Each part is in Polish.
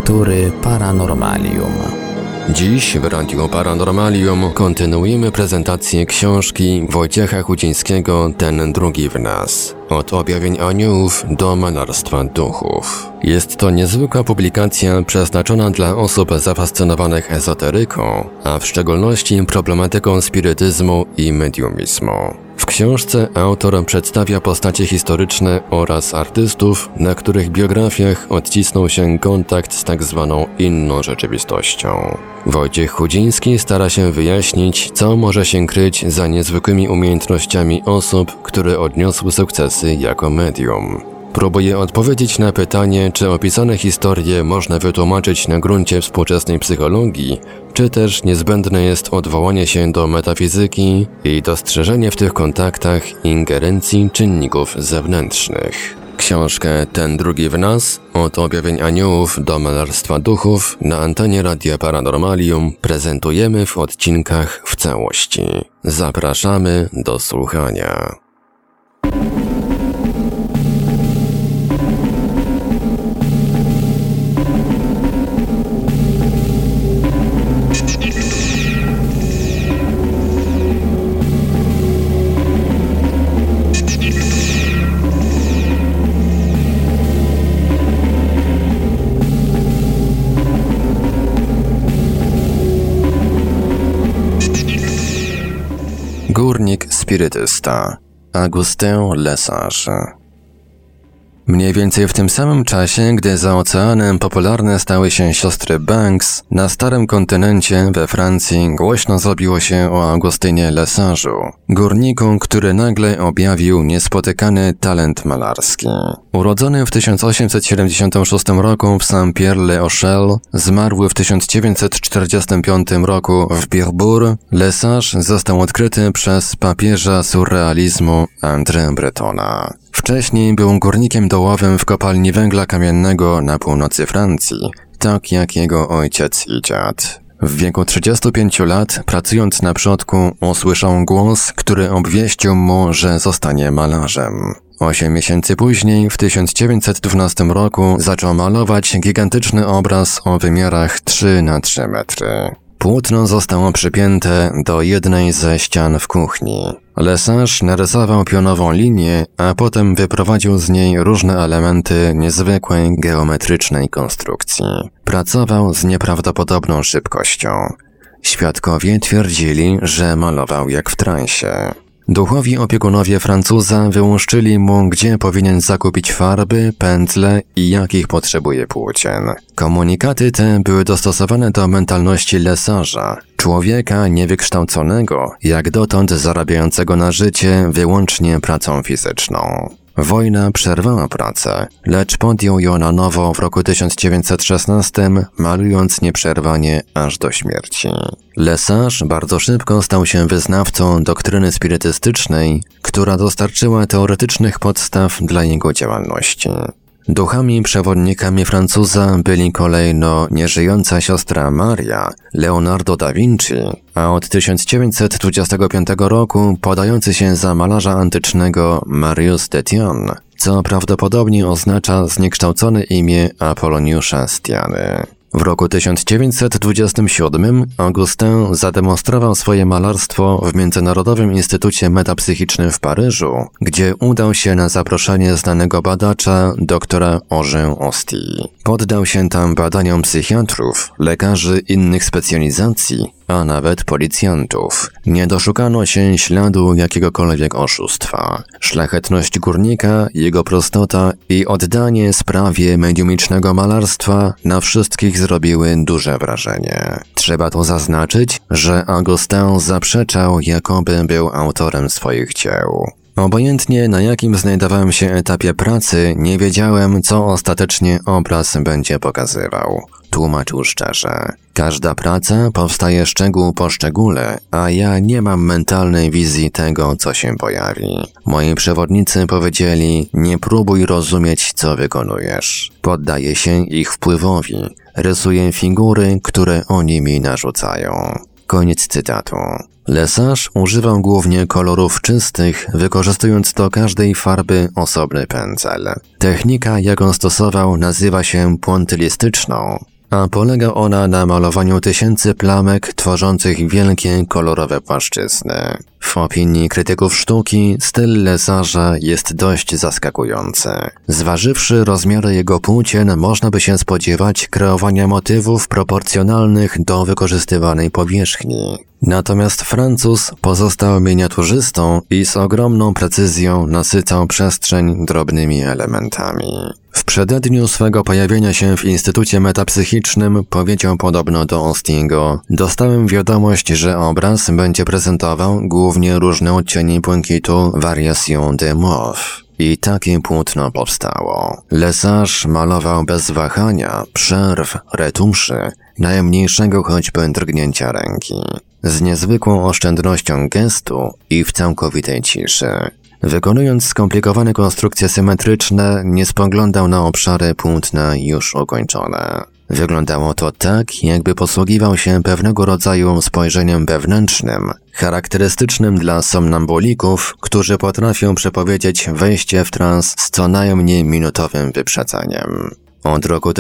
Lektury Paranormalium. Dziś w Radiu Paranormalium kontynuujemy prezentację książki Wojciecha Chudzińskiego Ten drugi w nas. Od objawień aniołów do malarstwa duchów. Jest to niezwykła publikacja przeznaczona dla osób zafascynowanych ezoteryką, a w szczególności problematyką spirytyzmu i mediumizmu. W książce autor przedstawia postacie historyczne oraz artystów, na których biografiach odcisnął się kontakt z tak zwaną inną rzeczywistością. Wojciech Chudziński stara się wyjaśnić, co może się kryć za niezwykłymi umiejętnościami osób, które odniosły sukcesy jako medium. Próbuje odpowiedzieć na pytanie, czy opisane historie można wytłumaczyć na gruncie współczesnej psychologii, czy też niezbędne jest odwołanie się do metafizyki i dostrzeżenie w tych kontaktach ingerencji czynników zewnętrznych. Książkę Ten drugi w nas, od objawień aniołów do malarstwa duchów na antenie Radia Paranormalium prezentujemy w odcinkach w całości. Zapraszamy do słuchania. Górnik spirytysta Augustin Le Sage. Mniej więcej w tym samym czasie, gdy za oceanem popularne stały się siostry Banks, na starym kontynencie we Francji głośno zrobiło się o Augustynie Le Sage'u, górniku, który nagle objawił niespotykany talent malarski. Urodzony w 1876 roku w Saint-Pierre-le-Rochelle, zmarły w 1945 roku w Birbur, Le Sage został odkryty przez papieża surrealizmu André Bretona. Wcześniej był górnikiem dołowym w kopalni węgla kamiennego na północy Francji, tak jak jego ojciec i dziad. W wieku 35 lat, pracując na przodku, usłyszał głos, który obwieścił mu, że zostanie malarzem. 8 miesięcy później, w 1912 roku, zaczął malować gigantyczny obraz o wymiarach 3x3 metry. Płótno zostało przypięte do jednej ze ścian w kuchni. Le Sage narysował pionową linię, a potem wyprowadził z niej różne elementy niezwykłej geometrycznej konstrukcji. Pracował z nieprawdopodobną szybkością. Świadkowie twierdzili, że malował jak w transie. Duchowi opiekunowie Francuza wyłuszczyli mu, gdzie powinien zakupić farby, pędzle i jakich potrzebuje płócien. Komunikaty te były dostosowane do mentalności Le Sage'a, człowieka niewykształconego, jak dotąd zarabiającego na życie wyłącznie pracą fizyczną. Wojna przerwała pracę, lecz podjął ją na nowo w roku 1916, malując nieprzerwanie aż do śmierci. Le Sage bardzo szybko stał się wyznawcą doktryny spirytystycznej, która dostarczyła teoretycznych podstaw dla jego działalności. Duchami przewodnikami Francuza byli kolejno nieżyjąca siostra Maria, Leonardo da Vinci, a od 1925 roku podający się za malarza antycznego Marius d'Étienne, co prawdopodobnie oznacza zniekształcone imię Apoloniusza z Tiany. W roku 1927 Augustin zademonstrował swoje malarstwo w Międzynarodowym Instytucie Metapsychicznym w Paryżu, gdzie udał się na zaproszenie znanego badacza doktora Eugène Ostie. Poddał się tam badaniom psychiatrów, lekarzy innych specjalizacji, a nawet policjantów. Nie doszukano się śladu jakiegokolwiek oszustwa. Szlachetność górnika, jego prostota i oddanie sprawie mediumicznego malarstwa na wszystkich zrobiły duże wrażenie. Trzeba tu zaznaczyć, że Augustin zaprzeczał, jakoby był autorem swoich dzieł. Obojętnie na jakim znajdowałem się etapie pracy, nie wiedziałem, co ostatecznie obraz będzie pokazywał. Tłumaczył szczerze. Każda praca powstaje szczegół po szczególe, a ja nie mam mentalnej wizji tego, co się pojawi. Moi przewodnicy powiedzieli, nie próbuj rozumieć, co wykonujesz. Poddaję się ich wpływowi. Rysuję figury, które oni mi narzucają. Koniec cytatu. Le Sage używał głównie kolorów czystych, wykorzystując do każdej farby osobny pędzel. Technika, jaką stosował, nazywa się puantylistyczną. a polega ona na malowaniu tysięcy plamek tworzących wielkie, kolorowe płaszczyzny. W opinii krytyków sztuki styl Lesarza jest dość zaskakujący. Zważywszy rozmiary jego płócien, można by się spodziewać kreowania motywów proporcjonalnych do wykorzystywanej powierzchni. Natomiast Francuz pozostał miniaturzystą i z ogromną precyzją nasycał przestrzeń drobnymi elementami. W przededniu swego pojawienia się w Instytucie Metapsychicznym powiedział podobno do Austingo: dostałem wiadomość, że obraz będzie prezentował głównie różne odcienie błękitu Variation de Mauve. I takie płótno powstało. Lesage malował bez wahania, przerw, retuszy, najmniejszego choćby drgnięcia ręki. Z niezwykłą oszczędnością gestu i w całkowitej ciszy. Wykonując skomplikowane konstrukcje symetryczne, nie spoglądał na obszary płótna już ukończone. Wyglądało to tak, jakby posługiwał się pewnego rodzaju spojrzeniem wewnętrznym, charakterystycznym dla somnambulików, którzy potrafią przepowiedzieć wejście w trans z co najmniej minutowym wyprzedzeniem. Od roku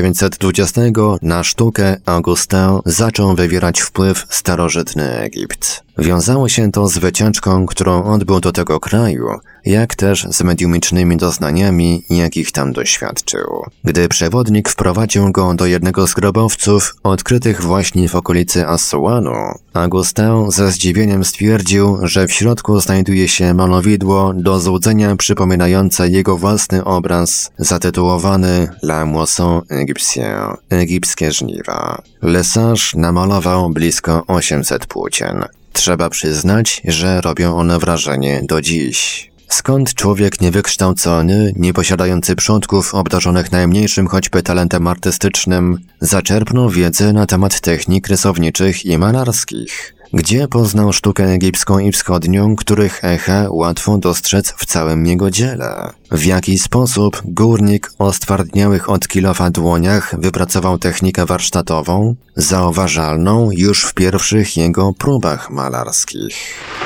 1920 na sztukę Augustin zaczął wywierać wpływ starożytny Egipt. Wiązało się to z wycieczką, którą odbył do tego kraju, jak też z mediumicznymi doznaniami, jakich tam doświadczył. Gdy przewodnik wprowadził go do jednego z grobowców odkrytych właśnie w okolicy Assuanu, Augustin ze zdziwieniem stwierdził, że w środku znajduje się malowidło do złudzenia przypominające jego własny obraz zatytułowany La Moisson Égyptien – Egipskie żniwa. Lesage namalował blisko 800 płócien. Trzeba przyznać, że robią one wrażenie do dziś. Skąd człowiek niewykształcony, nie posiadający przodków obdarzonych najmniejszym choćby talentem artystycznym, zaczerpnął wiedzę na temat technik rysowniczych i malarskich? Gdzie poznał sztukę egipską i wschodnią, których echa łatwo dostrzec w całym jego dziele? W jaki sposób górnik o stwardniałych od kilofa dłoniach wypracował technikę warsztatową, zauważalną już w pierwszych jego próbach malarskich?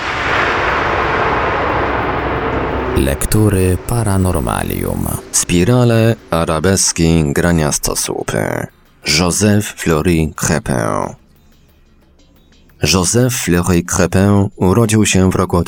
Lektury Paranormalium. Spirale, arabeski, graniastosłupy. Joseph Fleury Crépin. Joseph Fleury Crépin urodził się w roku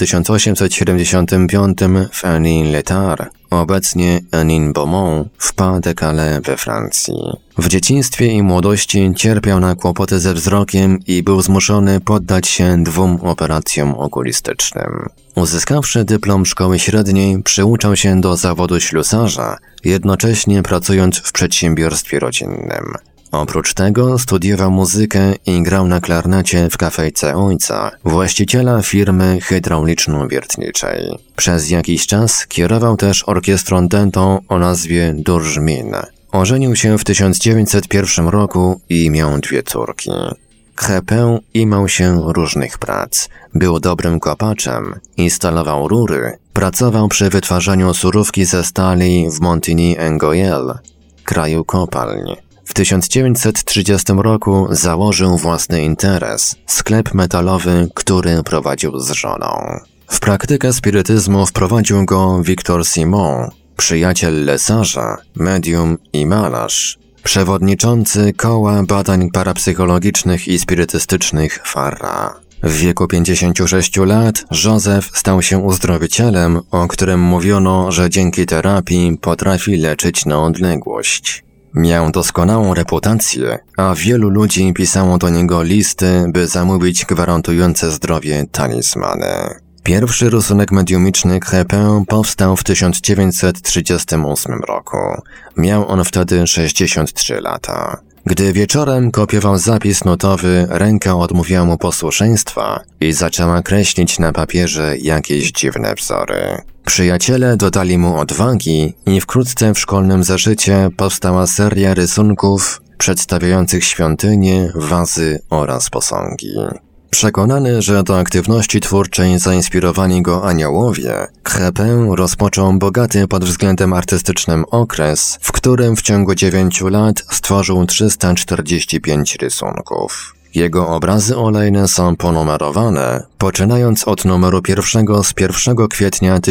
1875 w Henin-l'Étard, obecnie Henin-Beaumont, w Pas-de-Calais we Francji. W dzieciństwie i młodości cierpiał na kłopoty ze wzrokiem i był zmuszony poddać się 2 operacjom okulistycznym. Uzyskawszy dyplom szkoły średniej, przyuczał się do zawodu ślusarza, jednocześnie pracując w przedsiębiorstwie rodzinnym. Oprócz tego studiował muzykę i grał na klarnecie w kafejce ojca, właściciela firmy hydrauliczno-wiertniczej. Przez jakiś czas kierował też orkiestrą dętą o nazwie Durżmin. Ożenił się w 1901 roku i miał 2 córki. Crépin imał się różnych prac. Był dobrym kopaczem, instalował rury, pracował przy wytwarzaniu surówki ze stali w Montigny-en-Goyelle, kraju kopalń. W 1930 roku założył własny interes, sklep metalowy, który prowadził z żoną. W praktykę spirytyzmu wprowadził go Victor Simon, przyjaciel Lesage'a, medium i malarz, przewodniczący koła badań parapsychologicznych i spirytystycznych Farra. W wieku 56 lat Józef stał się uzdrowicielem, o którym mówiono, że dzięki terapii potrafi leczyć na odległość. Miał doskonałą reputację, a wielu ludzi pisało do niego listy, by zamówić gwarantujące zdrowie talizmany. Pierwszy rysunek mediumiczny Crépin powstał w 1938 roku. Miał on wtedy 63 lata. Gdy wieczorem kopiował zapis notowy, ręka odmówiła mu posłuszeństwa i zaczęła kreślić na papierze jakieś dziwne wzory. Przyjaciele dodali mu odwagi i wkrótce w szkolnym zeszycie powstała seria rysunków przedstawiających świątynie, wazy oraz posągi. Przekonany, że do aktywności twórczej zainspirowali go aniołowie, Crépin rozpoczął bogaty pod względem artystycznym okres, w którym w ciągu 9 lat stworzył 345 rysunków. Jego obrazy olejne są ponumerowane, poczynając od numeru 1 z 1 kwietnia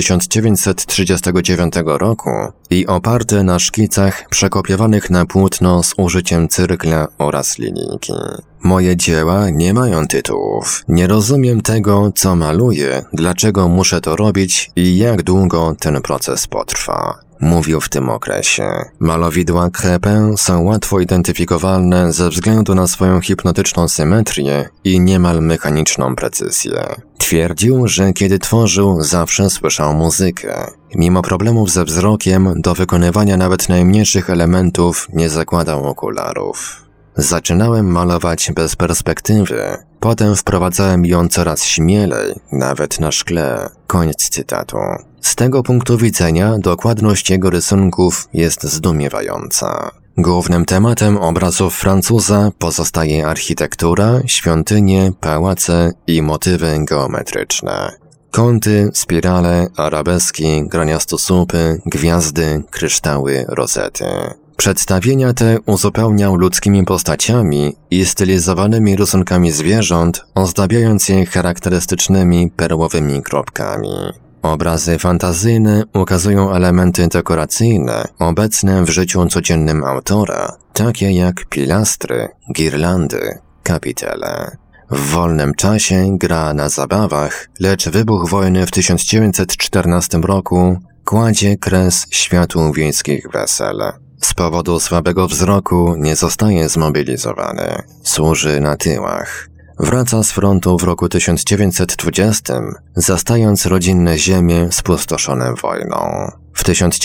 1939 roku i oparte na szkicach przekopiowanych na płótno z użyciem cyrkla oraz linijki. Moje dzieła nie mają tytułów. Nie rozumiem tego, co maluję, dlaczego muszę to robić i jak długo ten proces potrwa. Mówił w tym okresie. Malowidła Crépin są łatwo identyfikowalne ze względu na swoją hipnotyczną symetrię i niemal mechaniczną precyzję. Twierdził, że kiedy tworzył, zawsze słyszał muzykę. Mimo problemów ze wzrokiem, do wykonywania nawet najmniejszych elementów nie zakładał okularów. Zaczynałem malować bez perspektywy, potem wprowadzałem ją coraz śmielej, nawet na szkle. Koniec cytatu. Z tego punktu widzenia dokładność jego rysunków jest zdumiewająca. Głównym tematem obrazów Francuza pozostaje architektura, świątynie, pałace i motywy geometryczne. Kąty, spirale, arabeski, graniastosłupy, gwiazdy, kryształy, rozety. Przedstawienia te uzupełniał ludzkimi postaciami i stylizowanymi rysunkami zwierząt, ozdabiając je charakterystycznymi perłowymi kropkami. Obrazy fantazyjne ukazują elementy dekoracyjne obecne w życiu codziennym autora, takie jak pilastry, girlandy, kapitele. W wolnym czasie gra na zabawach, lecz wybuch wojny w 1914 roku kładzie kres światu wiejskich wesel. Z powodu słabego wzroku nie zostaje zmobilizowany. Służy na tyłach. Wraca z frontu w roku 1920, zastając rodzinne ziemie spustoszone wojną. W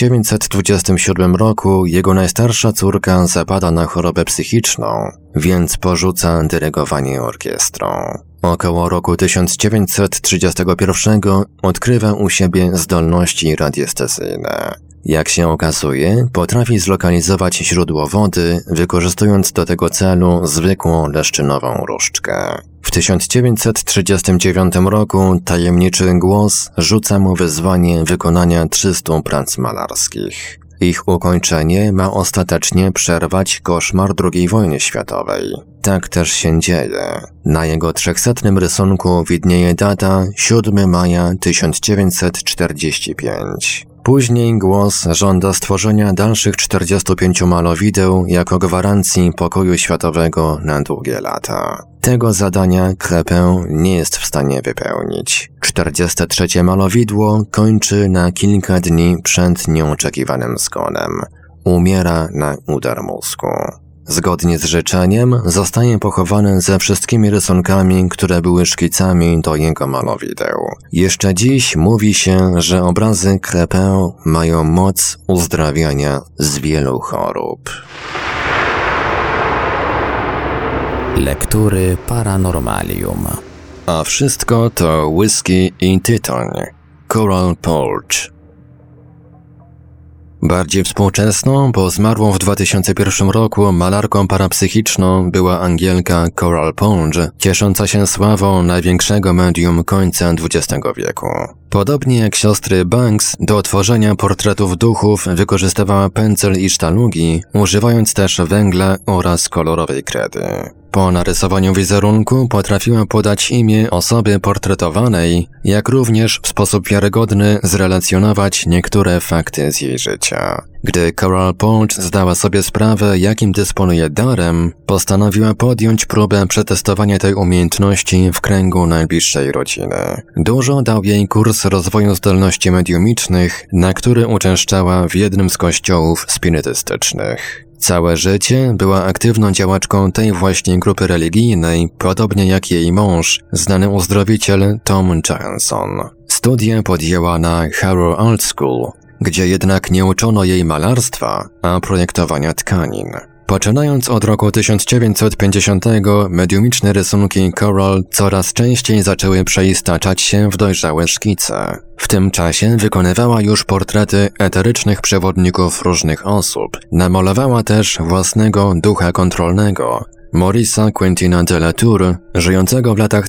1927 roku jego najstarsza córka zapada na chorobę psychiczną, więc porzuca dyrygowanie orkiestrą. Około roku 1931 odkrywa u siebie zdolności radiestezyjne. Jak się okazuje, potrafi zlokalizować źródło wody, wykorzystując do tego celu zwykłą leszczynową różdżkę. W 1939 roku tajemniczy głos rzuca mu wyzwanie wykonania 300 prac malarskich. Ich ukończenie ma ostatecznie przerwać koszmar II wojny światowej. Tak też się dzieje. Na jego 300. rysunku widnieje data 7 maja 1945. Później głos żąda stworzenia dalszych 45 malowideł jako gwarancji pokoju światowego na długie lata. Tego zadania Crépin nie jest w stanie wypełnić. 43 malowidło kończy na kilka dni przed nieoczekiwanym zgonem. Umiera na udar mózgu. Zgodnie z życzeniem zostaje pochowany ze wszystkimi rysunkami, które były szkicami do jego malowideł. Jeszcze dziś mówi się, że obrazy Crépin mają moc uzdrawiania z wielu chorób. Lektury Paranormalium. A wszystko to whisky i tytoń. Coral Porsche. Bardziej współczesną, bo zmarłą w 2001 roku malarką parapsychiczną była Angielka Coral Porsche, ciesząca się sławą największego medium końca XX wieku. Podobnie jak siostry Banks, do tworzenia portretów duchów wykorzystywała pędzel i sztalugi, używając też węgla oraz kolorowej kredy. Po narysowaniu wizerunku potrafiła podać imię osoby portretowanej, jak również w sposób wiarygodny zrelacjonować niektóre fakty z jej życia. Gdy Coral Porsche zdała sobie sprawę, jakim dysponuje darem, postanowiła podjąć próbę przetestowania tej umiejętności w kręgu najbliższej rodziny. Dużo dał jej kurs rozwoju zdolności mediumicznych, na który uczęszczała w jednym z kościołów spirytystycznych. Całe życie była aktywną działaczką tej właśnie grupy religijnej, podobnie jak jej mąż, znany uzdrowiciel Tom Johansson. Studia podjęła na Harrow Art School, gdzie jednak nie uczono jej malarstwa, a projektowania tkanin. Poczynając od roku 1950, mediumiczne rysunki Coral coraz częściej zaczęły przeistaczać się w dojrzałe szkice. W tym czasie wykonywała już portrety eterycznych przewodników różnych osób. Namalowała też własnego ducha kontrolnego, Maurice'a Quentina de la Tour, żyjącego w latach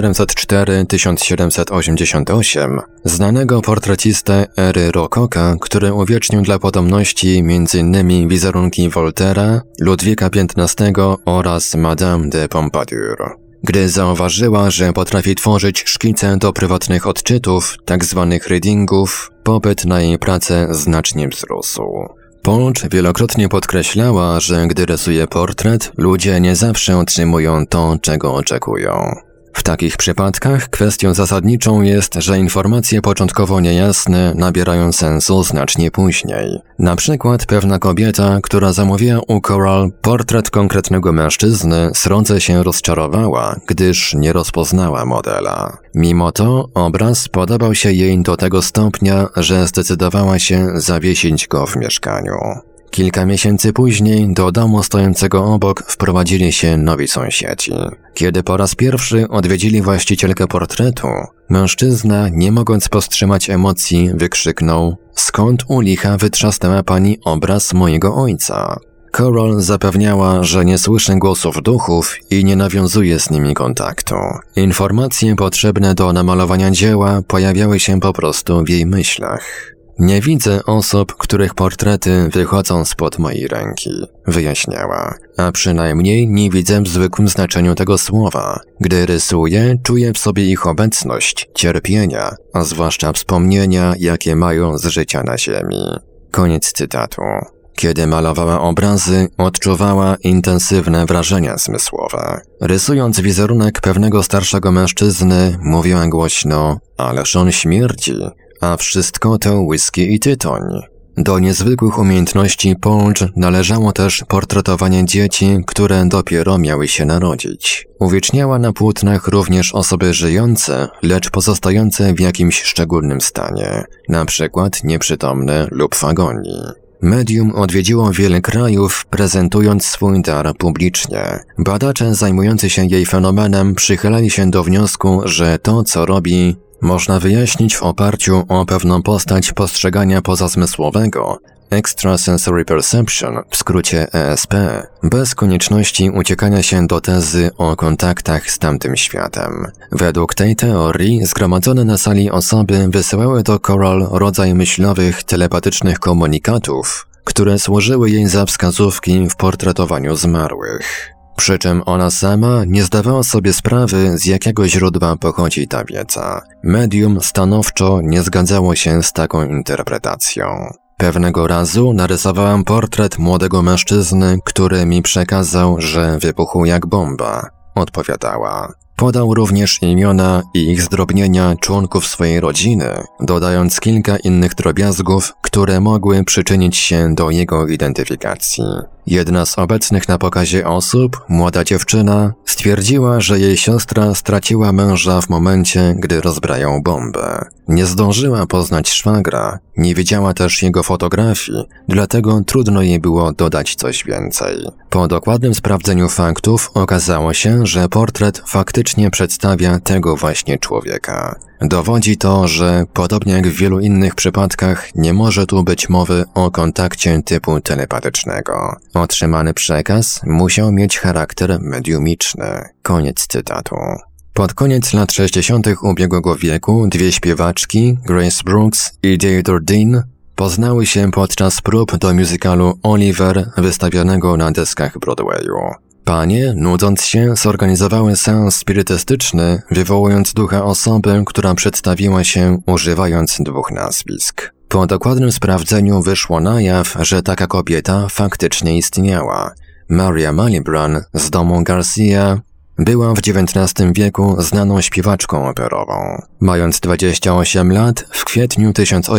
1704-1788, znanego portrecistę ery Rokoka, który uwiecznił dla potomności m.in. wizerunki Voltaira, Ludwika XV oraz Madame de Pompadour. Gdy zauważyła, że potrafi tworzyć szkice do prywatnych odczytów, tzw. readingów, popyt na jej pracę znacznie wzrósł. Polcz wielokrotnie podkreślała, że gdy rysuje portret, ludzie nie zawsze otrzymują to, czego oczekują. W takich przypadkach kwestią zasadniczą jest, że informacje początkowo niejasne nabierają sensu znacznie później. Na przykład pewna kobieta, która zamówiła u Coral portret konkretnego mężczyzny, srodze się rozczarowała, gdyż nie rozpoznała modela. Mimo to obraz podobał się jej do tego stopnia, że zdecydowała się zawiesić go w mieszkaniu. Kilka miesięcy później do domu stojącego obok wprowadzili się nowi sąsiedzi. Kiedy po raz pierwszy odwiedzili właścicielkę portretu, mężczyzna, nie mogąc powstrzymać emocji, wykrzyknął: „Skąd u licha wytrzasnęła pani obraz mojego ojca?” Coral zapewniała, że nie słyszy głosów duchów i nie nawiązuje z nimi kontaktu. Informacje potrzebne do namalowania dzieła pojawiały się po prostu w jej myślach. „Nie widzę osób, których portrety wychodzą spod mojej ręki”, wyjaśniała, „a przynajmniej nie widzę w zwykłym znaczeniu tego słowa. Gdy rysuję, czuję w sobie ich obecność, cierpienia, a zwłaszcza wspomnienia, jakie mają z życia na ziemi”. Koniec cytatu. Kiedy malowała obrazy, odczuwała intensywne wrażenia zmysłowe. Rysując wizerunek pewnego starszego mężczyzny, mówiła głośno: „Ależ on śmierdzi”, a wszystko to whisky i tytoń. Do niezwykłych umiejętności Polcz należało też portretowanie dzieci, które dopiero miały się narodzić. Uwieczniała na płótnach również osoby żyjące, lecz pozostające w jakimś szczególnym stanie, na przykład nieprzytomne lub w agonii. Medium odwiedziło wiele krajów, prezentując swój dar publicznie. Badacze zajmujący się jej fenomenem przychylali się do wniosku, że to, co robi, można wyjaśnić w oparciu o pewną postać postrzegania pozazmysłowego, Extrasensory Perception, w skrócie ESP, bez konieczności uciekania się do tezy o kontaktach z tamtym światem. Według tej teorii zgromadzone na sali osoby wysyłały do Coral rodzaj myślowych, telepatycznych komunikatów, które służyły jej za wskazówki w portretowaniu zmarłych. Przy czym ona sama nie zdawała sobie sprawy, z jakiego źródła pochodzi ta wiedza. Medium stanowczo nie zgadzało się z taką interpretacją. „Pewnego razu narysowałam portret młodego mężczyzny, który mi przekazał, że wybuchł jak bomba”, odpowiadała. Podał również imiona i ich zdrobnienia członków swojej rodziny, dodając kilka innych drobiazgów, które mogły przyczynić się do jego identyfikacji. Jedna z obecnych na pokazie osób, młoda dziewczyna, stwierdziła, że jej siostra straciła męża w momencie, gdy rozbrajał bombę. Nie zdążyła poznać szwagra, nie widziała też jego fotografii, dlatego trudno jej było dodać coś więcej. Po dokładnym sprawdzeniu faktów okazało się, że portret faktycznie przedstawia tego właśnie człowieka. Dowodzi to, że podobnie jak w wielu innych przypadkach nie może tu być mowy o kontakcie typu telepatycznego. Otrzymany przekaz musiał mieć charakter mediumiczny. Koniec cytatu. Pod koniec lat 60. ubiegłego wieku dwie śpiewaczki, Grace Brooks i Deirdre Dean, poznały się podczas prób do musicalu Oliver wystawionego na deskach Broadwayu. Panie, nudząc się, zorganizowały seans spirytystyczny, wywołując ducha osoby, która przedstawiła się używając dwóch nazwisk. Po dokładnym sprawdzeniu wyszło na jaw, że taka kobieta faktycznie istniała. Maria Malibran z domu Garcia była w XIX wieku znaną śpiewaczką operową. Mając 28 lat, w kwietniu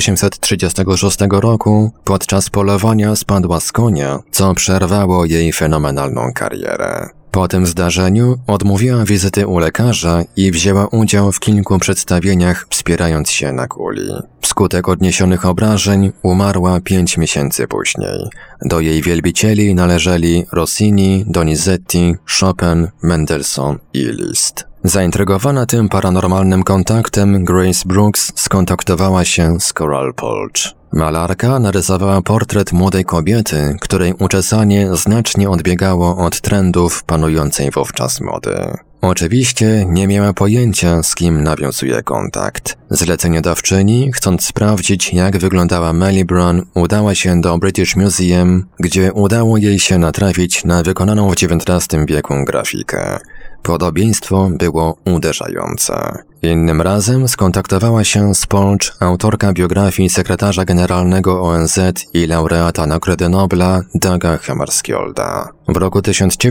1836 roku podczas polowania spadła z konia, co przerwało jej fenomenalną karierę. Po tym zdarzeniu odmówiła wizyty u lekarza i wzięła udział w kilku przedstawieniach, wspierając się na kuli. Wskutek odniesionych obrażeń umarła 5 miesięcy później. Do jej wielbicieli należeli Rossini, Donizetti, Chopin, Mendelssohn i Liszt. Zaintrygowana tym paranormalnym kontaktem, Grace Brooks skontaktowała się z Coral Polch. Malarka narysowała portret młodej kobiety, której uczesanie znacznie odbiegało od trendów panującej wówczas mody. Oczywiście nie miała pojęcia, z kim nawiązuje kontakt. Zleceniodawczyni, chcąc sprawdzić, jak wyglądała Malibran, udała się do British Museum, gdzie udało jej się natrafić na wykonaną w XIX wieku grafikę. Podobieństwo było uderzające. Innym razem skontaktowała się z Polch autorka biografii sekretarza generalnego ONZ i laureata Nagrody Nobla Douga Hammarskjölda. W roku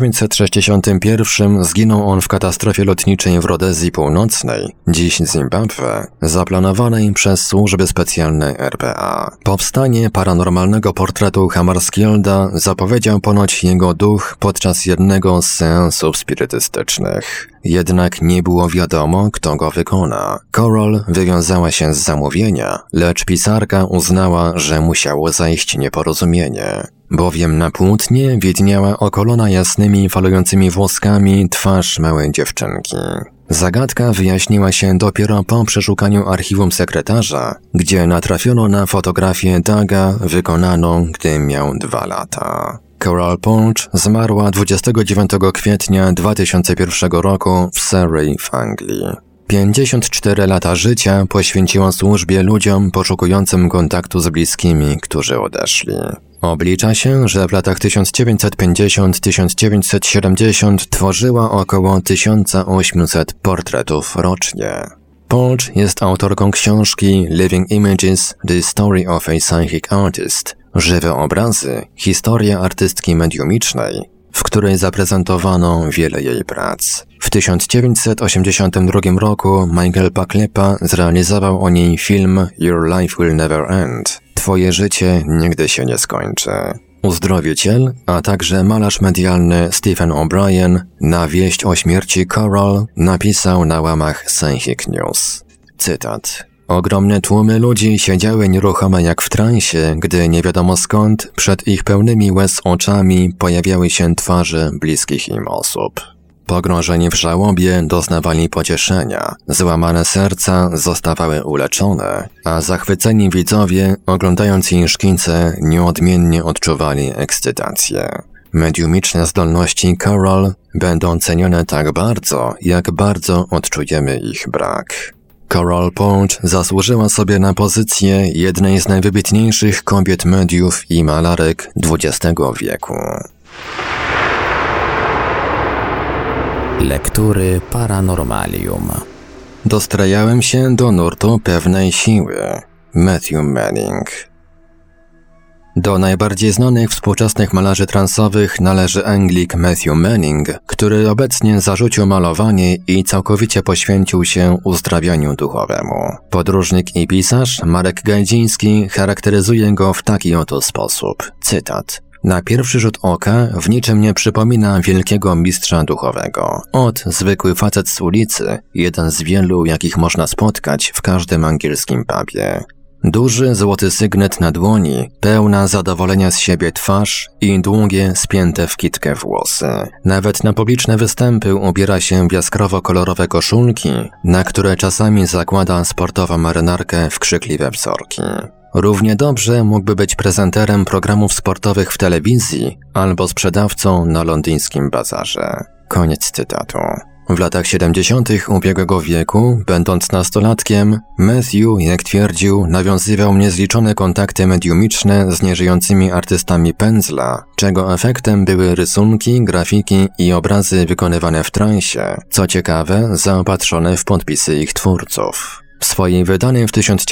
1961 zginął on w katastrofie lotniczej w Rodezji Północnej, dziś Zimbabwe, zaplanowanej przez służby specjalne RPA. Powstanie paranormalnego portretu Hammarskjölda zapowiedział ponoć jego duch podczas jednego z seansów spirytystycznych. Jednak nie było wiadomo, kto go wykona. Coral wywiązała się z zamówienia, lecz pisarka uznała, że musiało zajść nieporozumienie, bowiem na płótnie widniała okolona jasnymi, falującymi włoskami twarz małej dziewczynki. Zagadka wyjaśniła się dopiero po przeszukaniu archiwum sekretarza, gdzie natrafiono na fotografię Douga wykonaną, gdy miał 2 lata. Coral Polch zmarła 29 kwietnia 2001 roku w Surrey w Anglii. 54 lata życia poświęciła służbie ludziom poszukującym kontaktu z bliskimi, którzy odeszli. Oblicza się, że w latach 1950-1970 tworzyła około 1800 portretów rocznie. Polch jest autorką książki Living Images – The Story of a Psychic Artist – Żywe obrazy – Historia artystki mediumicznej, w której zaprezentowano wiele jej prac. W 1982 roku Michael Paklepa zrealizował o niej film Your Life Will Never End – Twoje życie nigdy się nie skończy. Uzdrowiciel, a także malarz medialny Stephen O'Brien na wieść o śmierci Coral napisał na łamach Psychic News. Cytat. Ogromne tłumy ludzi siedziały nieruchome jak w transie, gdy nie wiadomo skąd przed ich pełnymi łez oczami pojawiały się twarze bliskich im osób. Pogrążeni w żałobie doznawali pocieszenia, złamane serca zostawały uleczone, a zachwyceni widzowie, oglądając jej szkice, nieodmiennie odczuwali ekscytację. Mediumiczne zdolności Coral będą cenione tak bardzo, jak bardzo odczujemy ich brak. Coral Polch zasłużyła sobie na pozycję jednej z najwybitniejszych kobiet mediów i malarek XX wieku. Lektury Paranormalium. Dostrajałem się do nurtu pewnej siły. Matthew Manning. Do najbardziej znanych współczesnych malarzy transowych należy Anglik Matthew Manning, który obecnie zarzucił malowanie i całkowicie poświęcił się uzdrawianiu duchowemu. Podróżnik i pisarz Marek Gajdziński charakteryzuje go w taki oto sposób. Cytat. Na pierwszy rzut oka w niczym nie przypomina wielkiego mistrza duchowego. Zwykły facet z ulicy, jeden z wielu, jakich można spotkać w każdym angielskim pubie. Duży, złoty sygnet na dłoni, pełna zadowolenia z siebie twarz i długie, spięte w kitkę włosy. Nawet na publiczne występy ubiera się w jaskrawo-kolorowe koszulki, na które czasami zakłada sportową marynarkę w krzykliwe wzorki. Równie dobrze mógłby być prezenterem programów sportowych w telewizji albo sprzedawcą na londyńskim bazarze. Koniec cytatu. W latach 70. ubiegłego wieku, będąc nastolatkiem, Matthew, jak twierdził, nawiązywał niezliczone kontakty mediumiczne z nieżyjącymi artystami pędzla, czego efektem były rysunki, grafiki i obrazy wykonywane w transie, co ciekawe, zaopatrzone w podpisy ich twórców. W swojej wydanej w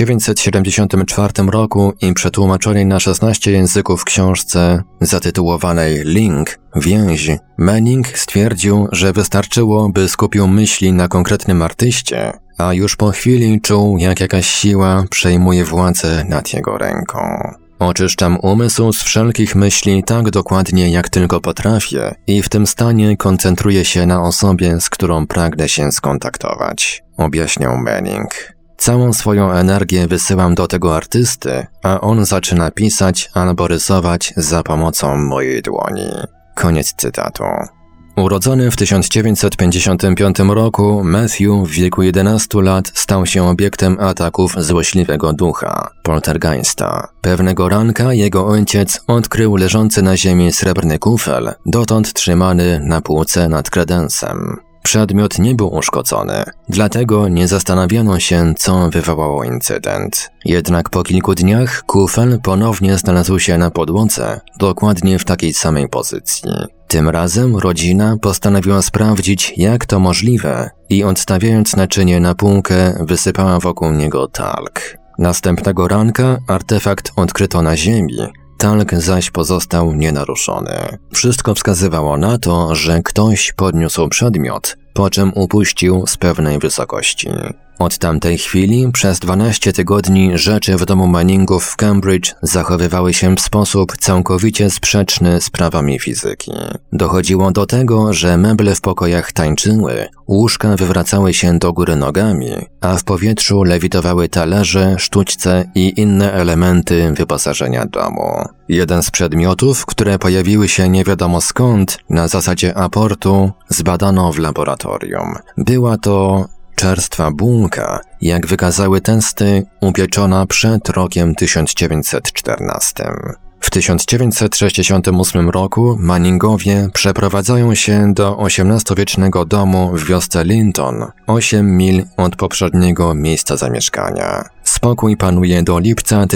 1974 roku i przetłumaczonej na 16 języków książce zatytułowanej Link – Więź, Manning stwierdził, że wystarczyło, by skupił myśli na konkretnym artyście, a już po chwili czuł, jak jakaś siła przejmuje władzę nad jego ręką. Oczyszczam umysł z wszelkich myśli tak dokładnie, jak tylko potrafię i w tym stanie koncentruję się na osobie, z którą pragnę się skontaktować, objaśniał Manning. Całą swoją energię wysyłam do tego artysty, a on zaczyna pisać albo rysować za pomocą mojej dłoni. Koniec cytatu. Urodzony w 1955 roku, Matthew w wieku 11 lat stał się obiektem ataków złośliwego ducha, poltergeista. Pewnego ranka jego ojciec odkrył leżący na ziemi srebrny kufel, dotąd trzymany na półce nad kredensem. Przedmiot nie był uszkodzony, dlatego nie zastanawiano się, co wywołało incydent. Jednak po kilku dniach kufel ponownie znalazł się na podłodze, dokładnie w takiej samej pozycji. Tym razem rodzina postanowiła sprawdzić, jak to możliwe i odstawiając naczynie na półkę, wysypała wokół niego talk. Następnego ranka artefakt odkryto na ziemi, talk zaś pozostał nienaruszony. Wszystko wskazywało na to, że ktoś podniósł przedmiot, po czym upuścił z pewnej wysokości. Od tamtej chwili przez 12 tygodni rzeczy w domu Manningów w Cambridge zachowywały się w sposób całkowicie sprzeczny z prawami fizyki. Dochodziło do tego, że meble w pokojach tańczyły, łóżka wywracały się do góry nogami, a w powietrzu lewitowały talerze, sztućce i inne elementy wyposażenia domu. Jeden z przedmiotów, które pojawiły się nie wiadomo skąd, na zasadzie aportu, zbadano w laboratorium. Była to czerstwa bułka, jak wykazały testy, upieczona przed rokiem 1914. W 1968 roku Manningowie przeprowadzają się do XVIII-wiecznego domu w wiosce Linton, 8 mil od poprzedniego miejsca zamieszkania. Spokój panuje do lipca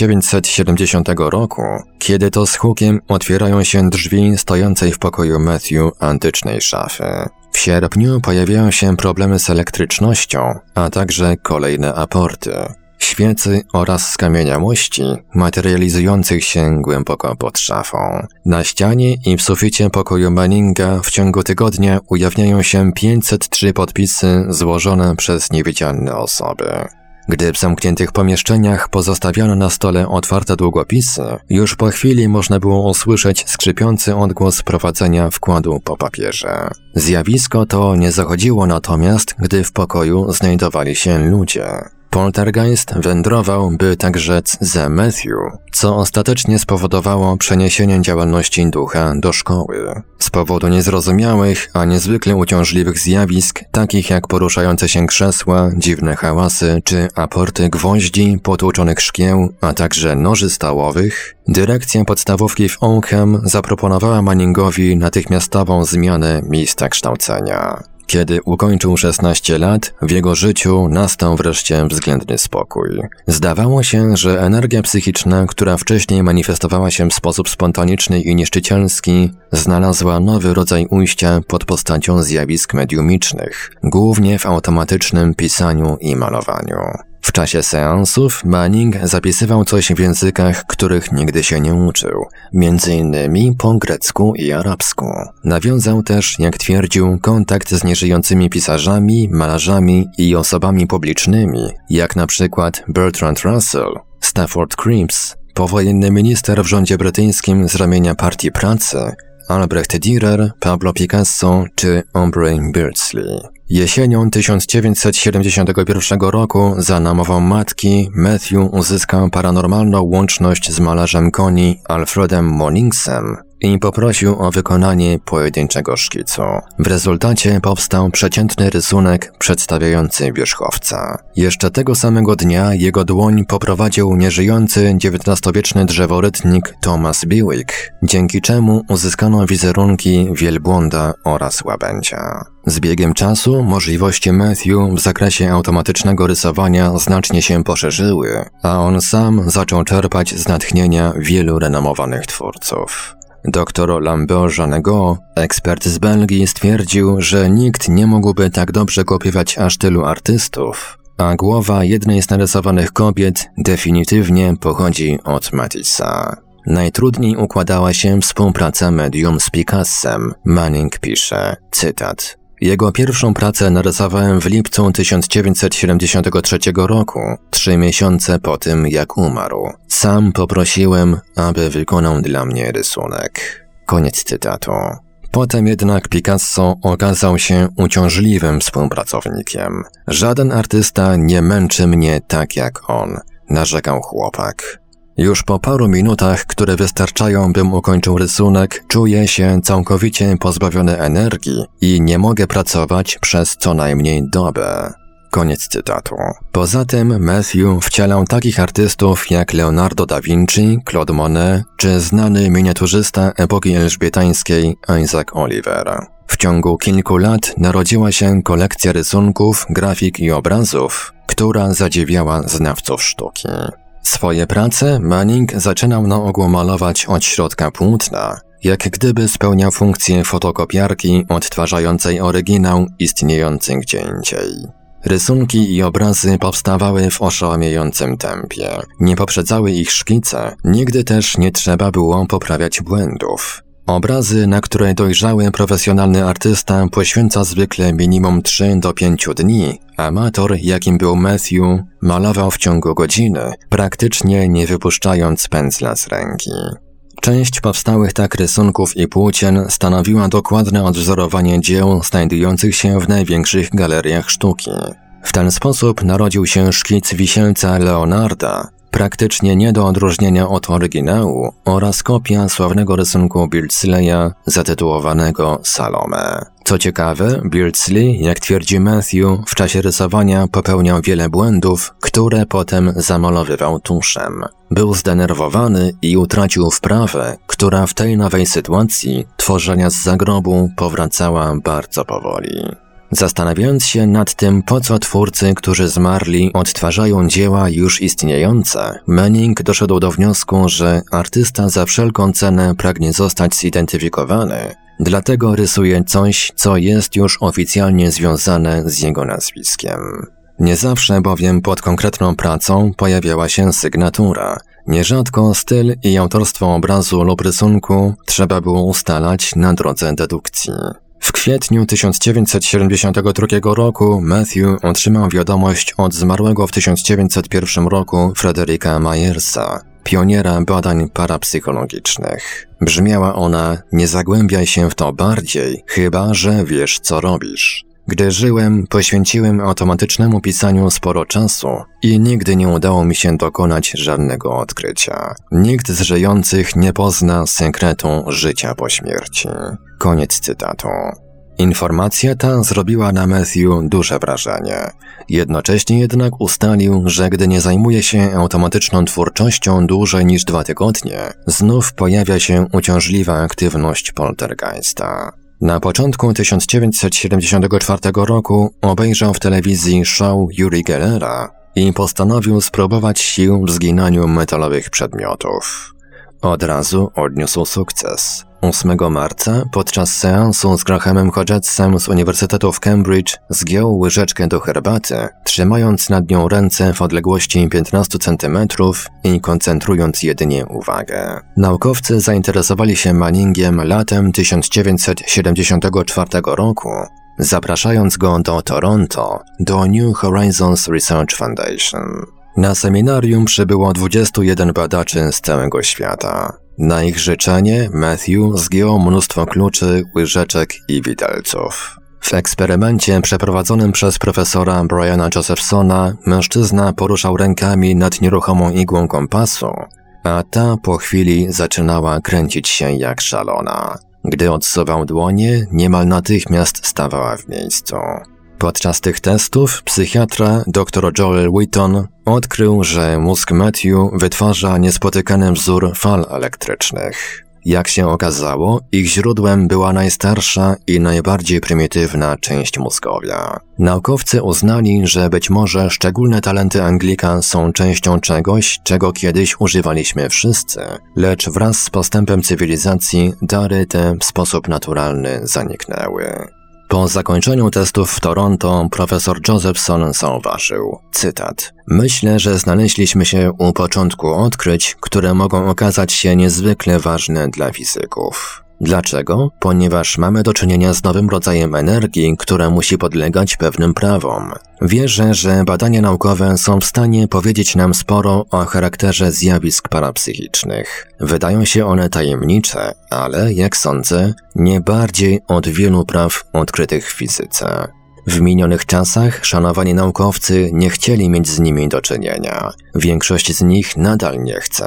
1970 roku, kiedy to z hukiem otwierają się drzwi stojącej w pokoju Matthew antycznej szafy. W sierpniu pojawiają się problemy z elektrycznością, a także kolejne aporty, świecy oraz skamieniałości materializujących się głęboko pod szafą. Na ścianie i w suficie pokoju Manninga w ciągu tygodnia ujawniają się 503 podpisy złożone przez niewidzialne osoby. Gdy w zamkniętych pomieszczeniach pozostawiono na stole otwarte długopisy, już po chwili można było usłyszeć skrzypiący odgłos prowadzenia wkładu po papierze. Zjawisko to nie zachodziło natomiast, gdy w pokoju znajdowali się ludzie. Poltergeist wędrował, by tak rzec, za Matthew, co ostatecznie spowodowało przeniesienie działalności ducha do szkoły. Z powodu niezrozumiałych, a niezwykle uciążliwych zjawisk, takich jak poruszające się krzesła, dziwne hałasy czy aporty gwoździ, potłuczonych szkieł, a także noży stołowych, dyrekcja podstawówki w Oakham zaproponowała Manningowi natychmiastową zmianę miejsca kształcenia. Kiedy ukończył 16 lat, w jego życiu nastał wreszcie względny spokój. Zdawało się, że energia psychiczna, która wcześniej manifestowała się w sposób spontaniczny i niszczycielski, znalazła nowy rodzaj ujścia pod postacią zjawisk mediumicznych, głównie w automatycznym pisaniu i malowaniu. W czasie seansów Manning zapisywał coś w językach, których nigdy się nie uczył, m.in. po grecku i arabsku. Nawiązał też, jak twierdził, kontakt z nieżyjącymi pisarzami, malarzami i osobami publicznymi, jak na przykład Bertrand Russell, Stafford Cripps, powojenny minister w rządzie brytyjskim z ramienia Partii Pracy, Albrecht Dürer, Pablo Picasso czy Aubrey Beardsley. Jesienią 1971 roku za namową matki Matthew uzyskał paranormalną łączność z malarzem koni Alfredem Mollingsem i poprosił o wykonanie pojedynczego szkicu. W rezultacie powstał przeciętny rysunek przedstawiający wierzchowca. Jeszcze tego samego dnia jego dłoń poprowadził nieżyjący XIX-wieczny drzeworytnik Thomas Bewick, dzięki czemu uzyskano wizerunki wielbłąda oraz łabędzia. Z biegiem czasu możliwości Matthew w zakresie automatycznego rysowania znacznie się poszerzyły, a on sam zaczął czerpać z natchnienia wielu renomowanych twórców. Dr Lambert Janegot, ekspert z Belgii, stwierdził, że nikt nie mógłby tak dobrze kopiować aż tylu artystów, a głowa jednej z narysowanych kobiet definitywnie pochodzi od Matissa. Najtrudniej układała się współpraca medium z Picassem, Manning pisze, cytat: jego pierwszą pracę narysowałem w lipcu 1973 roku, 3 miesiące po tym, jak umarł. Sam poprosiłem, aby wykonał dla mnie rysunek. Koniec cytatu. Potem jednak Picasso okazał się uciążliwym współpracownikiem. Żaden artysta nie męczy mnie tak jak on, narzekał chłopak. Już po paru minutach, które wystarczają, bym ukończył rysunek, czuję się całkowicie pozbawiony energii i nie mogę pracować przez co najmniej dobę. Koniec cytatu. Poza tym Matthew wcielał takich artystów jak Leonardo da Vinci, Claude Monet czy znany miniaturzysta epoki elżbietańskiej Isaac Oliver. W ciągu kilku lat narodziła się kolekcja rysunków, grafik i obrazów, która zadziwiała znawców sztuki. Swoje prace Manning zaczynał na ogół malować od środka płótna, jak gdyby spełniał funkcję fotokopiarki odtwarzającej oryginał istniejący gdzie indziej. Rysunki i obrazy powstawały w oszałamiającym tempie. Nie poprzedzały ich szkice, nigdy też nie trzeba było poprawiać błędów. Obrazy, na które dojrzały profesjonalny artysta poświęca zwykle minimum 3 do 5 dni, amator, jakim był Matthew, malował w ciągu godziny, praktycznie nie wypuszczając pędzla z ręki. Część powstałych tak rysunków i płócien stanowiła dokładne odwzorowanie dzieł znajdujących się w największych galeriach sztuki. W ten sposób narodził się szkic wisielca Leonarda, praktycznie nie do odróżnienia od oryginału, oraz kopia sławnego rysunku Beardsleya zatytułowanego Salome. Co ciekawe, Beardsley, jak twierdzi Matthew, w czasie rysowania popełniał wiele błędów, które potem zamalowywał tuszem. Był zdenerwowany i utracił wprawę, która w tej nowej sytuacji tworzenia z zagrobu powracała bardzo powoli. Zastanawiając się nad tym, po co twórcy, którzy zmarli, odtwarzają dzieła już istniejące, Manning doszedł do wniosku, że artysta za wszelką cenę pragnie zostać zidentyfikowany, dlatego rysuje coś, co jest już oficjalnie związane z jego nazwiskiem. Nie zawsze bowiem pod konkretną pracą pojawiała się sygnatura. Nierzadko styl i autorstwo obrazu lub rysunku trzeba było ustalać na drodze dedukcji. W kwietniu 1972 roku Matthew otrzymał wiadomość od zmarłego w 1901 roku Frederika Myersa, pioniera badań parapsychologicznych. Brzmiała ona: nie zagłębiaj się w to bardziej, chyba że wiesz, co robisz. Gdy żyłem, poświęciłem automatycznemu pisaniu sporo czasu i nigdy nie udało mi się dokonać żadnego odkrycia. Nikt z żyjących nie pozna sekretu życia po śmierci. Koniec cytatu. Informacja ta zrobiła na Matthew duże wrażenie. Jednocześnie jednak ustalił, że gdy nie zajmuje się automatyczną twórczością dłużej niż 2 tygodnie, znów pojawia się uciążliwa aktywność poltergeista. Na początku 1974 roku obejrzał w telewizji show Uri Gellera i postanowił spróbować sił w zginaniu metalowych przedmiotów. Od razu odniósł sukces. 8 marca podczas seansu z Grahamem Hodgesem z Uniwersytetu w Cambridge zgiął łyżeczkę do herbaty, trzymając nad nią ręce w odległości 15 cm i koncentrując jedynie uwagę. Naukowcy zainteresowali się Manningiem latem 1974 roku, zapraszając go do Toronto, do New Horizons Research Foundation. Na seminarium przybyło 21 badaczy z całego świata. Na ich życzenie Matthew zgiął mnóstwo kluczy, łyżeczek i widelców. W eksperymencie przeprowadzonym przez profesora Briana Josephsona mężczyzna poruszał rękami nad nieruchomą igłą kompasu, a ta po chwili zaczynała kręcić się jak szalona. Gdy odsuwał dłonie, niemal natychmiast stawała w miejscu. Podczas tych testów psychiatra dr Joel Wheaton odkrył, że mózg Matthew wytwarza niespotykany wzór fal elektrycznych. Jak się okazało, ich źródłem była najstarsza i najbardziej prymitywna część mózgowia. Naukowcy uznali, że być może szczególne talenty Anglika są częścią czegoś, czego kiedyś używaliśmy wszyscy, lecz wraz z postępem cywilizacji dary te w sposób naturalny zaniknęły. Po zakończeniu testów w Toronto profesor Josephson zauważył, cytat: myślę, że znaleźliśmy się u początku odkryć, które mogą okazać się niezwykle ważne dla fizyków. Dlaczego? Ponieważ mamy do czynienia z nowym rodzajem energii, która musi podlegać pewnym prawom. Wierzę, że badania naukowe są w stanie powiedzieć nam sporo o charakterze zjawisk parapsychicznych. Wydają się one tajemnicze, ale, jak sądzę, nie bardziej od wielu praw odkrytych w fizyce. W minionych czasach szanowani naukowcy nie chcieli mieć z nimi do czynienia. Większość z nich nadal nie chce.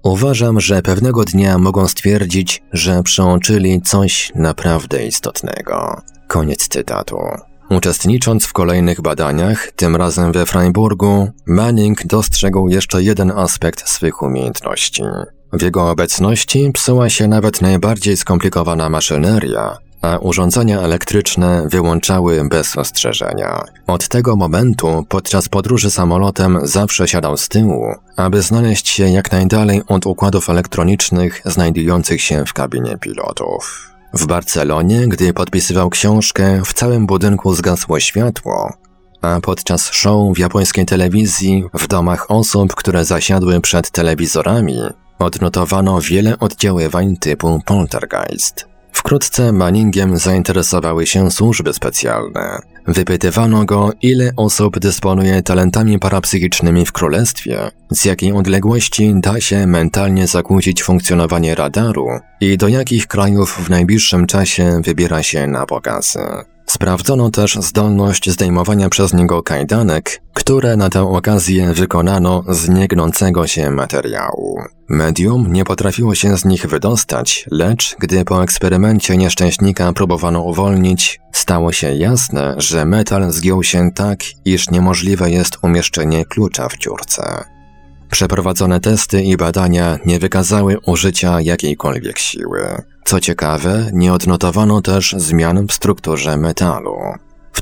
Uważam, że pewnego dnia mogą stwierdzić, że przeoczyli coś naprawdę istotnego. Koniec cytatu. Uczestnicząc w kolejnych badaniach, tym razem we Freiburgu, Manning dostrzegł jeszcze jeden aspekt swych umiejętności. W jego obecności psuła się nawet najbardziej skomplikowana maszyneria, a urządzenia elektryczne wyłączały bez ostrzeżenia. Od tego momentu podczas podróży samolotem zawsze siadał z tyłu, aby znaleźć się jak najdalej od układów elektronicznych znajdujących się w kabinie pilotów. W Barcelonie, gdy podpisywał książkę, w całym budynku zgasło światło, a podczas show w japońskiej telewizji w domach osób, które zasiadły przed telewizorami, odnotowano wiele oddziaływań typu poltergeist. Wkrótce Manningiem zainteresowały się służby specjalne. Wypytywano go, ile osób dysponuje talentami parapsychicznymi w królestwie, z jakiej odległości da się mentalnie zakłócić funkcjonowanie radaru i do jakich krajów w najbliższym czasie wybiera się na pokazy. Sprawdzono też zdolność zdejmowania przez niego kajdanek, które na tę okazję wykonano z niegnącego się materiału. Medium nie potrafiło się z nich wydostać, lecz gdy po eksperymencie nieszczęśnika próbowano uwolnić, stało się jasne, że metal zgiął się tak, iż niemożliwe jest umieszczenie klucza w dziurce. Przeprowadzone testy i badania nie wykazały użycia jakiejkolwiek siły. Co ciekawe, nie odnotowano też zmian w strukturze metalu. W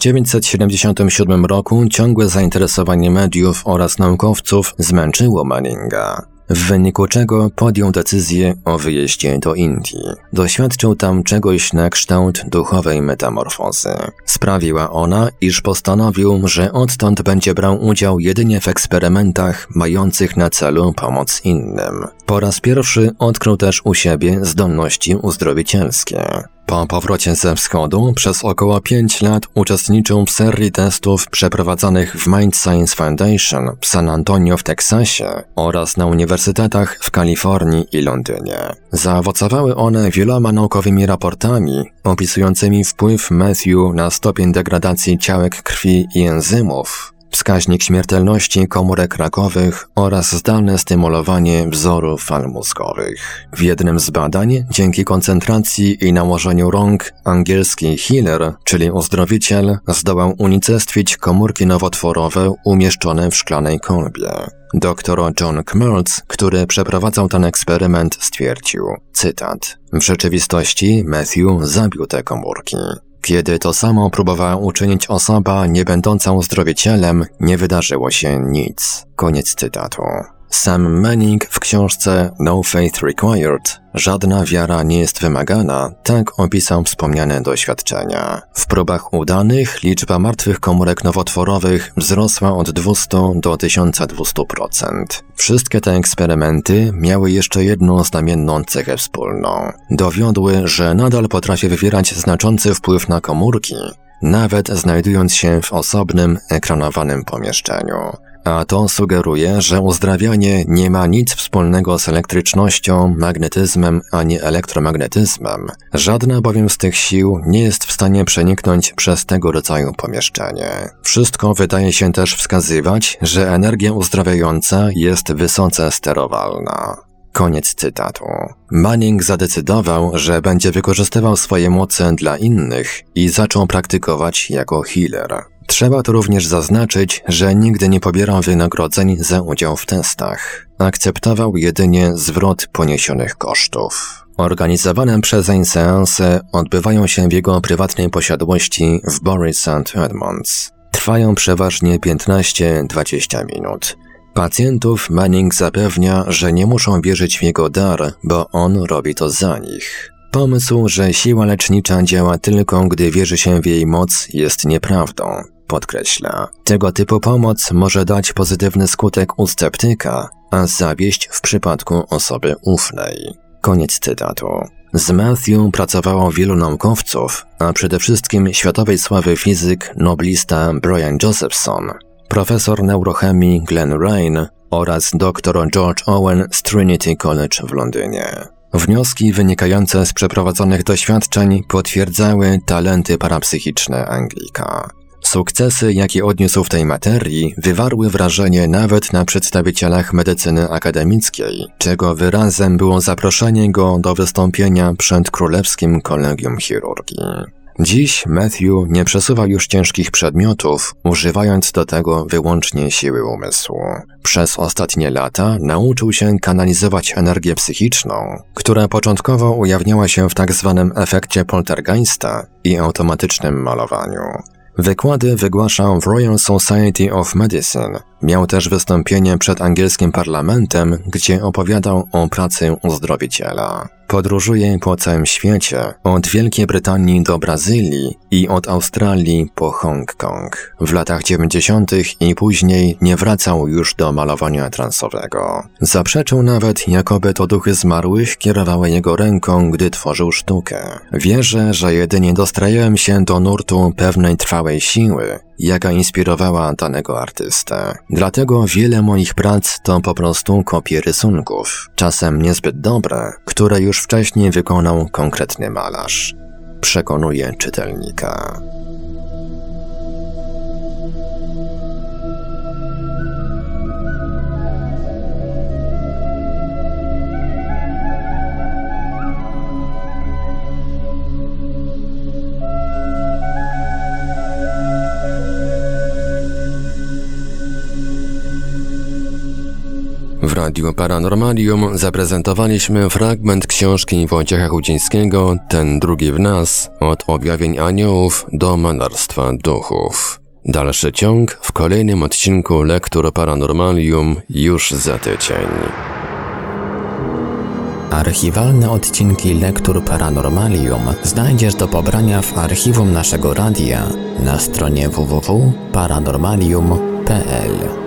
1977 roku ciągłe zainteresowanie mediów oraz naukowców zmęczyło Manninga, w wyniku czego podjął decyzję o wyjeździe do Indii. Doświadczył tam czegoś na kształt duchowej metamorfozy. Sprawiła ona, iż postanowił, że odtąd będzie brał udział jedynie w eksperymentach mających na celu pomoc innym. Po raz pierwszy odkrył też u siebie zdolności uzdrowicielskie. Po powrocie ze wschodu przez około 5 lat uczestniczył w serii testów przeprowadzanych w Mind Science Foundation w San Antonio w Teksasie oraz na uniwersytetach w Kalifornii i Londynie. Zaowocowały one wieloma naukowymi raportami opisującymi wpływ Matthew na stopień degradacji ciałek krwi i enzymów, wskaźnik śmiertelności komórek rakowych oraz zdalne stymulowanie wzoru fal mózgowych. W jednym z badań, dzięki koncentracji i nałożeniu rąk, angielski healer, czyli uzdrowiciel, zdołał unicestwić komórki nowotworowe umieszczone w szklanej kolbie. Dr John Kmeltz, który przeprowadzał ten eksperyment, stwierdził, cytat: w rzeczywistości Matthew zabił te komórki. Kiedy to samo próbowała uczynić osoba nie będąca uzdrowicielem, nie wydarzyło się nic. Koniec cytatu. Sam Manning w książce No Faith Required, żadna wiara nie jest wymagana, tak opisał wspomniane doświadczenia. W próbach udanych liczba martwych komórek nowotworowych wzrosła od 200 do 1200%. Wszystkie te eksperymenty miały jeszcze jedną znamienną cechę wspólną. Dowiodły, że nadal potrafi wywierać znaczący wpływ na komórki, nawet znajdując się w osobnym, ekranowanym pomieszczeniu. A to sugeruje, że uzdrawianie nie ma nic wspólnego z elektrycznością, magnetyzmem ani elektromagnetyzmem. Żadna bowiem z tych sił nie jest w stanie przeniknąć przez tego rodzaju pomieszczenie. Wszystko wydaje się też wskazywać, że energia uzdrawiająca jest wysoce sterowalna. Koniec cytatu. Manning zadecydował, że będzie wykorzystywał swoje moce dla innych i zaczął praktykować jako healer. Trzeba tu również zaznaczyć, że nigdy nie pobierał wynagrodzeń za udział w testach. Akceptował jedynie zwrot poniesionych kosztów. Organizowane przezeń seanse odbywają się w jego prywatnej posiadłości w Bury St. Edmunds. Trwają przeważnie 15-20 minut. Pacjentów Manning zapewnia, że nie muszą wierzyć w jego dar, bo on robi to za nich. Pomysł, że siła lecznicza działa tylko, gdy wierzy się w jej moc, jest nieprawdą, podkreśla. Tego typu pomoc może dać pozytywny skutek u sceptyka, a zawieść w przypadku osoby ufnej. Koniec cytatu. Z Matthew pracowało wielu naukowców, a przede wszystkim światowej sławy fizyk, noblista Brian Josephson, profesor neurochemii Glenn Ryan oraz dr George Owen z Trinity College w Londynie. Wnioski wynikające z przeprowadzonych doświadczeń potwierdzały talenty parapsychiczne Anglika. Sukcesy, jakie odniósł w tej materii, wywarły wrażenie nawet na przedstawicielach medycyny akademickiej, czego wyrazem było zaproszenie go do wystąpienia przed Królewskim Kolegium Chirurgii. Dziś Matthew nie przesuwa już ciężkich przedmiotów, używając do tego wyłącznie siły umysłu. Przez ostatnie lata nauczył się kanalizować energię psychiczną, która początkowo ujawniała się w tzw. efekcie poltergeista i automatycznym malowaniu. Wykłady wygłaszał w Royal Society of Medicine. Miał też wystąpienie przed angielskim parlamentem, gdzie opowiadał o pracy uzdrowiciela. Podróżuje po całym świecie, od Wielkiej Brytanii do Brazylii i od Australii po Hongkong. W latach 90. i później nie wracał już do malowania transowego. Zaprzeczył nawet, jakoby to duchy zmarłych kierowały jego ręką, gdy tworzył sztukę. Wierzę, że jedynie dostrajałem się do nurtu pewnej trwałej siły, jaka inspirowała danego artystę. Dlatego wiele moich prac to po prostu kopie rysunków, czasem niezbyt dobre, które już wcześniej wykonał konkretny malarz. Przekonuje czytelnika. W Radiu Paranormalium zaprezentowaliśmy fragment książki Wojciecha Chudzińskiego Ten drugi w nas, od objawień aniołów do malarstwa duchów. Dalszy ciąg w kolejnym odcinku Lektur Paranormalium już za tydzień. Archiwalne odcinki Lektur Paranormalium znajdziesz do pobrania w archiwum naszego radia na stronie www.paranormalium.pl.